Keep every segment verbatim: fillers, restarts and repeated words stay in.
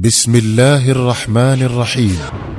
بسم الله الرحمن الرحيم.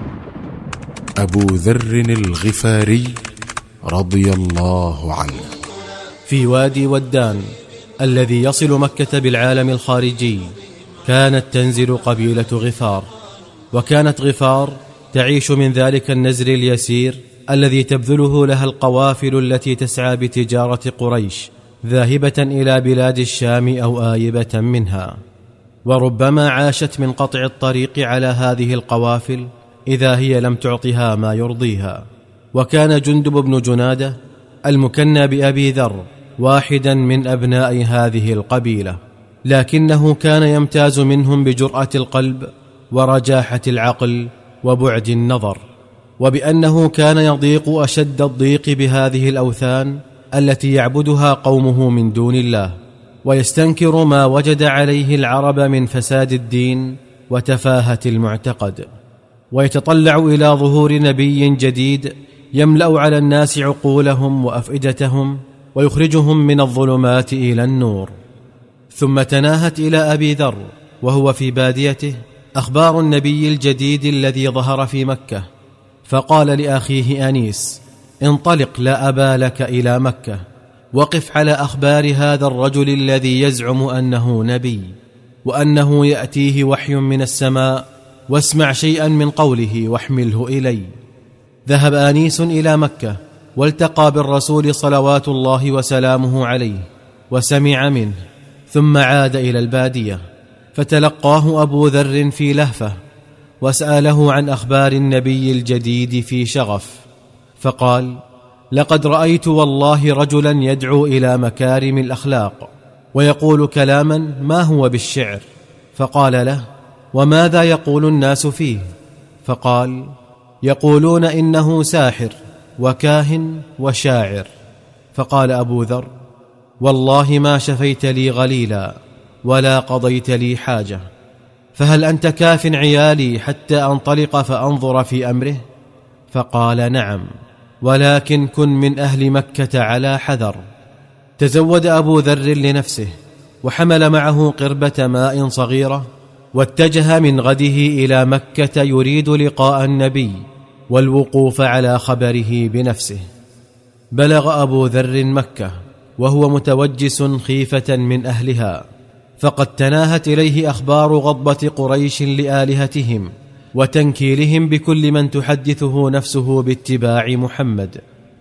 أبو ذر الغفاري رضي الله عنه. في وادي ودان الذي يصل مكة بالعالم الخارجي كانت تنزل قبيلة غفار، وكانت غفار تعيش من ذلك النزر اليسير الذي تبذله لها القوافل التي تسعى بتجارة قريش ذاهبة إلى بلاد الشام أو آيبة منها، وربما عاشت من قطع الطريق على هذه القوافل إذا هي لم تعطها ما يرضيها. وكان جندب بن جنادة المكنى بأبي ذر واحدا من أبناء هذه القبيلة، لكنه كان يمتاز منهم بجرأة القلب ورجاحة العقل وبعد النظر، وبأنه كان يضيق أشد الضيق بهذه الأوثان التي يعبدها قومه من دون الله، ويستنكر ما وجد عليه العرب من فساد الدين وتفاهة المعتقد، ويتطلع إلى ظهور نبي جديد يملأ على الناس عقولهم وأفئدتهم ويخرجهم من الظلمات إلى النور. ثم تناهت إلى أبي ذر وهو في باديته أخبار النبي الجديد الذي ظهر في مكة، فقال لأخيه أنيس: انطلق لا أبا لك إلى مكة، وقف على أخبار هذا الرجل الذي يزعم أنه نبي وأنه يأتيه وحي من السماء، واسمع شيئا من قوله واحمله إلي. ذهب أنيس إلى مكة والتقى بالرسول صلوات الله وسلامه عليه وسمع منه، ثم عاد إلى البادية فتلقاه أبو ذر في لهفة وسأله عن أخبار النبي الجديد في شغف، فقال: لقد رأيت والله رجلا يدعو إلى مكارم الأخلاق ويقول كلاما ما هو بالشعر. فقال له: وماذا يقول الناس فيه؟ فقال: يقولون إنه ساحر وكاهن وشاعر. فقال أبو ذر: والله ما شفيت لي غليلا ولا قضيت لي حاجة، فهل أنت كاف عيالي حتى أنطلق فأنظر في أمره؟ فقال: نعم، ولكن كن من أهل مكة على حذر. تزود أبو ذر لنفسه وحمل معه قربة ماء صغيرة، واتجه من غده إلى مكة يريد لقاء النبي والوقوف على خبره بنفسه. بلغ أبو ذر مكة وهو متوجس خيفة من أهلها، فقد تناهت إليه أخبار غضبة قريش لآلهتهم وتنكيلهم بكل من تحدثه نفسه باتباع محمد،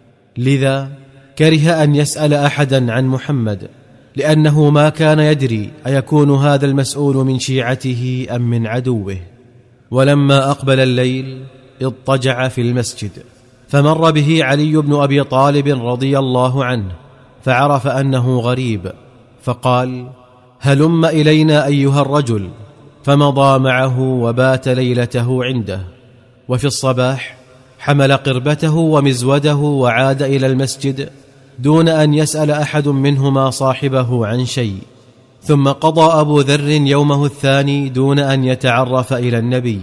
لذا كره أن يسأل أحدا عن محمد، لأنه ما كان يدري أيكون هذا المسؤول من شيعته أم من عدوه. ولما أقبل الليل اضطجع في المسجد، فمر به علي بن أبي طالب رضي الله عنه فعرف أنه غريب، فقال: هلم إلينا أيها الرجل، فمضى معه وبات ليلته عنده. وفي الصباح حمل قربته ومزوده وعاد إلى المسجد دون أن يسأل أحد منهما صاحبه عن شيء. ثم قضى أبو ذر يومه الثاني دون أن يتعرف إلى النبي،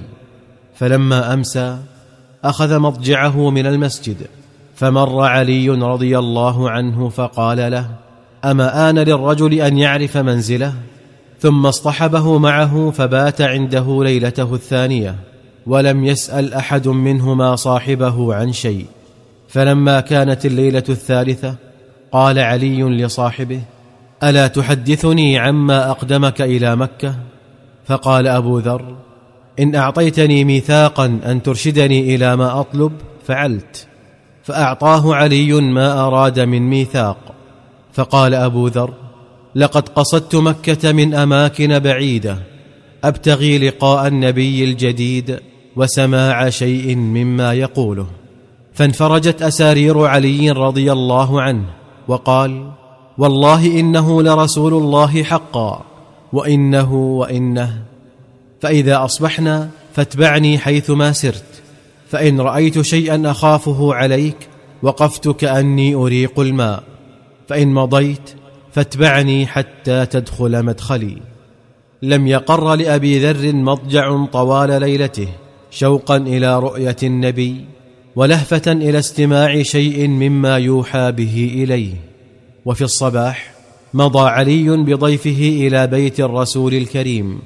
فلما أمسى أخذ مضجعه من المسجد، فمر علي رضي الله عنه فقال له: أما آن للرجل أن يعرف منزله؟ ثم اصطحبه معه فبات عنده ليلته الثانية، ولم يسأل أحد منهما صاحبه عن شيء. فلما كانت الليلة الثالثة قال علي لصاحبه: ألا تحدثني عما أقدمك إلى مكة؟ فقال أبو ذر: إن أعطيتني ميثاقا أن ترشدني إلى ما أطلب فعلت. فأعطاه علي ما أراد من ميثاق. فقال أبو ذر: لقد قصدت مكة من أماكن بعيدة أبتغي لقاء النبي الجديد وسماع شيء مما يقوله. فانفرجت أسارير علي رضي الله عنه وقال: والله إنه لرسول الله حقا، وإنه وإنه، فإذا أصبحنا فاتبعني حيثما سرت، فإن رأيت شيئا أخافه عليك وقفت كأني أريق الماء، فإن مضيت فاتبعني حتى تدخل مدخلي. لم يقر لأبي ذر مضجع طوال ليلته شوقا إلى رؤية النبي ولهفة إلى استماع شيء مما يوحى به إليه. وفي الصباح مضى علي بضيفه إلى بيت الرسول الكريم،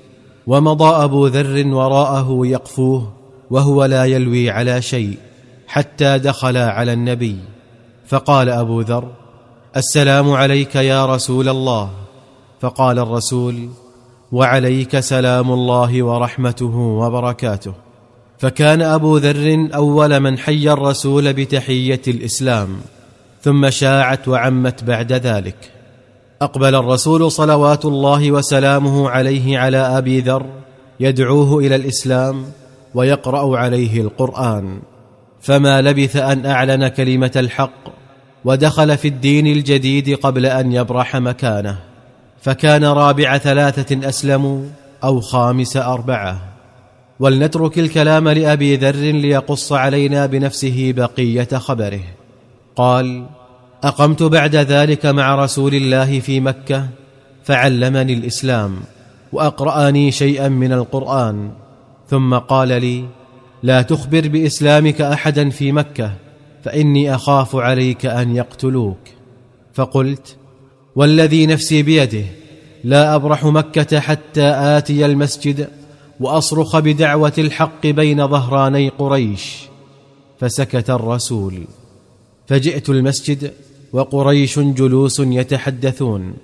ومضى أبو ذر وراءه يقفوه وهو لا يلوي على شيء حتى دخل على النبي، فقال أبو ذر: السلام عليك يا رسول الله. فقال الرسول: وعليك سلام الله ورحمته وبركاته. فكان أبو ذر أول من حيى الرسول بتحية الإسلام، ثم شاعت وعمت بعد ذلك. أقبل الرسول صلوات الله وسلامه عليه على أبي ذر يدعوه إلى الإسلام ويقرأ عليه القرآن، فما لبث أن أعلن كلمة الحق ودخل في الدين الجديد قبل أن يبرح مكانه، فكان رابع ثلاثة أسلموا أو خامس أربعة. ولنترك الكلام لأبي ذر ليقص علينا بنفسه بقية خبره. قال: أقمت بعد ذلك مع رسول الله في مكة، فعلمني الإسلام وأقرأني شيئا من القرآن، ثم قال لي: لا تخبر بإسلامك أحدا في مكة، فإني أخاف عليك أن يقتلوك. فقلت: والذي نفسي بيده لا أبرح مكة حتى آتي المسجد وأصرخ بدعوة الحق بين ظهراني قريش. فسكت الرسول، فجئت المسجد وقريش جلوس يتحدثون،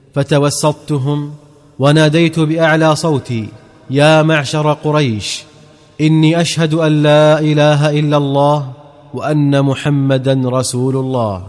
فتوسطتهم وناديت بأعلى صوتي: يا معشر قريش، إني أشهد أن لا إله إلا الله وأن محمدا رسول الله.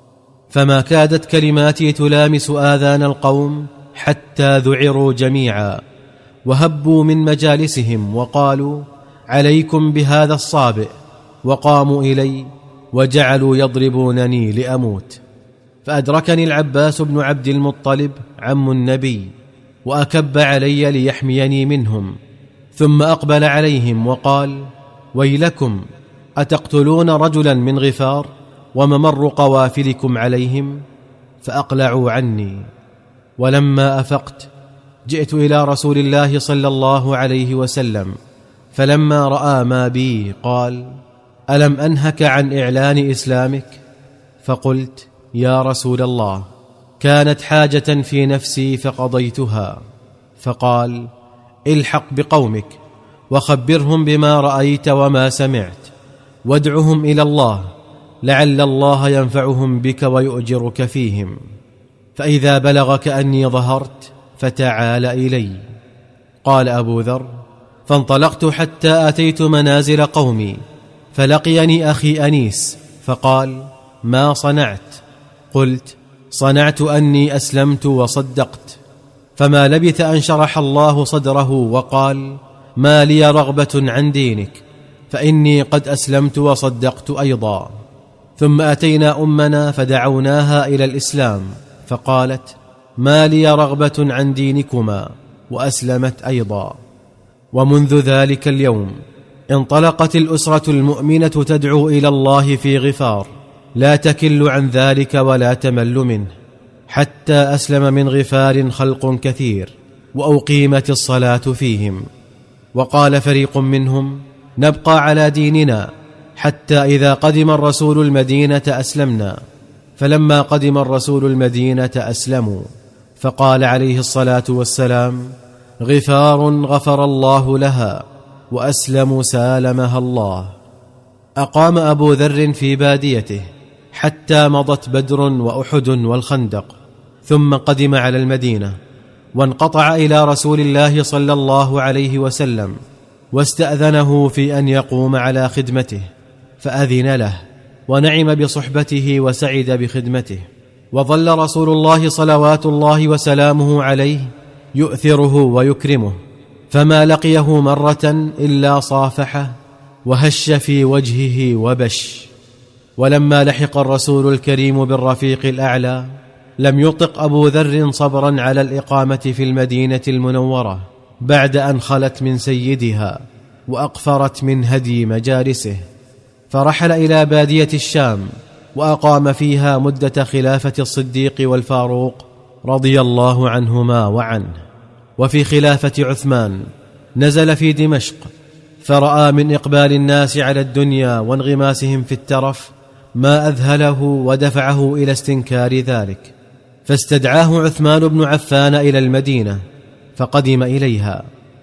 فما كادت كلماتي تلامس آذان القوم حتى ذعروا جميعا وهبوا من مجالسهم وقالوا: عليكم بهذا الصابئ، وقاموا إلي وجعلوا يضربونني لأموت. فأدركني العباس بن عبد المطلب عم النبي وأكب علي ليحميني منهم، ثم أقبل عليهم وقال: ويلكم، أتقتلون رجلا من غفار وممر قوافلكم عليهم؟ فأقلعوا عني. ولما أفقت جئت إلى رسول الله صلى الله عليه وسلم، فلما رأى ما بي قال: ألم أنهك عن إعلان إسلامك؟ فقلت: يا رسول الله، كانت حاجة في نفسي فقضيتها. فقال: الحق بقومك وخبرهم بما رأيت وما سمعت، وادعهم إلى الله، لعل الله ينفعهم بك ويؤجرك فيهم، فإذا بلغك أني ظهرت فتعال إلي. قال أبو ذر: فانطلقت حتى أتيت منازل قومي، فلقيني أخي أنيس فقال: ما صنعت؟ قلت: صنعت أني أسلمت وصدقت. فما لبث أن شرح الله صدره وقال: ما لي رغبة عن دينك، فإني قد أسلمت وصدقت أيضا. ثم أتينا أمنا فدعوناها إلى الإسلام، فقالت: ما لي رغبة عن دينكما، وأسلمت أيضا. ومنذ ذلك اليوم انطلقت الأسرة المؤمنة تدعو إلى الله في غفار، لا تكل عن ذلك ولا تمل منه، حتى أسلم من غفار خلق كثير، وأقيمت الصلاة فيهم. وقال فريق منهم: نبقى على ديننا حتى إذا قدم الرسول المدينة أسلمنا. فلما قدم الرسول المدينة أسلموا، فقال عليه الصلاة والسلام: غفار غفر الله لها، وأسلموا سالمها الله. أقام أبو ذر في باديته حتى مضت بدر وأحد والخندق، ثم قدم على المدينة، وانقطع إلى رسول الله صلى الله عليه وسلم، واستأذنه في أن يقوم على خدمته، فأذن له، ونعم بصحبته وسعد بخدمته. وظل رسول الله صلوات الله وسلامه عليه يؤثره ويكرمه، فما لقيه مرة إلا صافحه وهش في وجهه وبش. ولما لحق الرسول الكريم بالرفيق الأعلى لم يطق أبو ذر صبرا على الإقامة في المدينة المنورة بعد أن خلت من سيدها وأقفرت من هدي مجالسه، فرحل إلى بادية الشام، وأقام فيها مدة خلافة الصديق والفاروق رضي الله عنهما وعنه. وفي خلافة عثمان نزل في دمشق، فرأى من إقبال الناس على الدنيا وانغماسهم في الترف ما أذهله ودفعه إلى استنكار ذلك، فاستدعاه عثمان بن عفان إلى المدينة، فقدم إليها،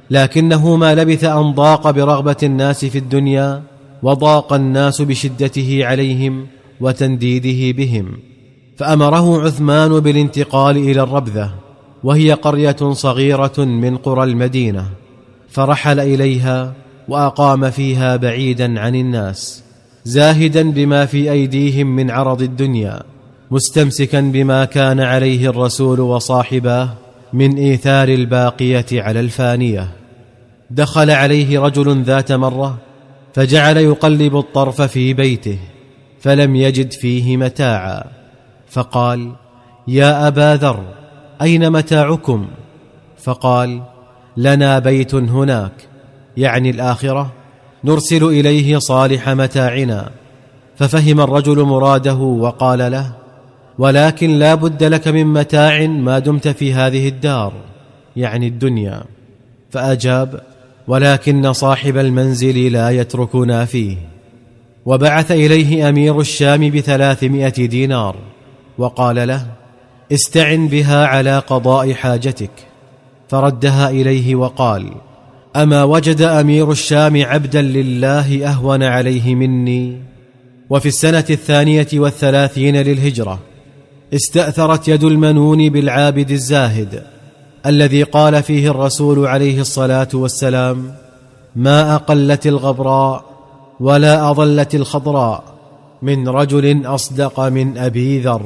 لكنه ما لبث أن ضاق برغبة الناس في الدنيا، وضاق الناس بشدته عليهم وتنديده بهم، فأمره عثمان بالانتقال إلى الربذة، وهي قرية صغيرة من قرى المدينة، فرحل إليها وأقام فيها بعيدا عن الناس، زاهدا بما في أيديهم من عرض الدنيا، مستمسكا بما كان عليه الرسول وصاحباه من إيثار الباقية على الفانية. دخل عليه رجل ذات مرة فجعل يقلب الطرف في بيته، فلم يجد فيه متاعا، فقال: يا أبا ذر، أين متاعكم؟ فقال: لنا بيت هناك، يعني الآخرة، نرسل إليه صالح متاعنا. ففهم الرجل مراده وقال له: ولكن لا بد لك من متاع ما دمت في هذه الدار، يعني الدنيا. فأجاب: ولكن صاحب المنزل لا يتركنا فيه. وبعث إليه أمير الشام بثلاثمائة دينار، وقال له: استعن بها على قضاء حاجتك. فردها إليه وقال: أما وجد أمير الشام عبدا لله أهون عليه مني؟ وفي السنة الثانية والثلاثين للهجرة استأثرت يد المنون بالعابد الزاهد، الذي قال فيه الرسول عليه الصلاة والسلام: ما أقلت الغبراء ولا أضلت الخضراء من رجل أصدق من أبي ذر.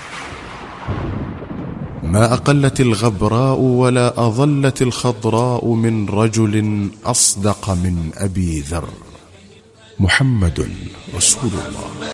ما أقلت الغبراء ولا أضلت الخضراء من رجل أصدق من أبي ذر. محمد رسول الله.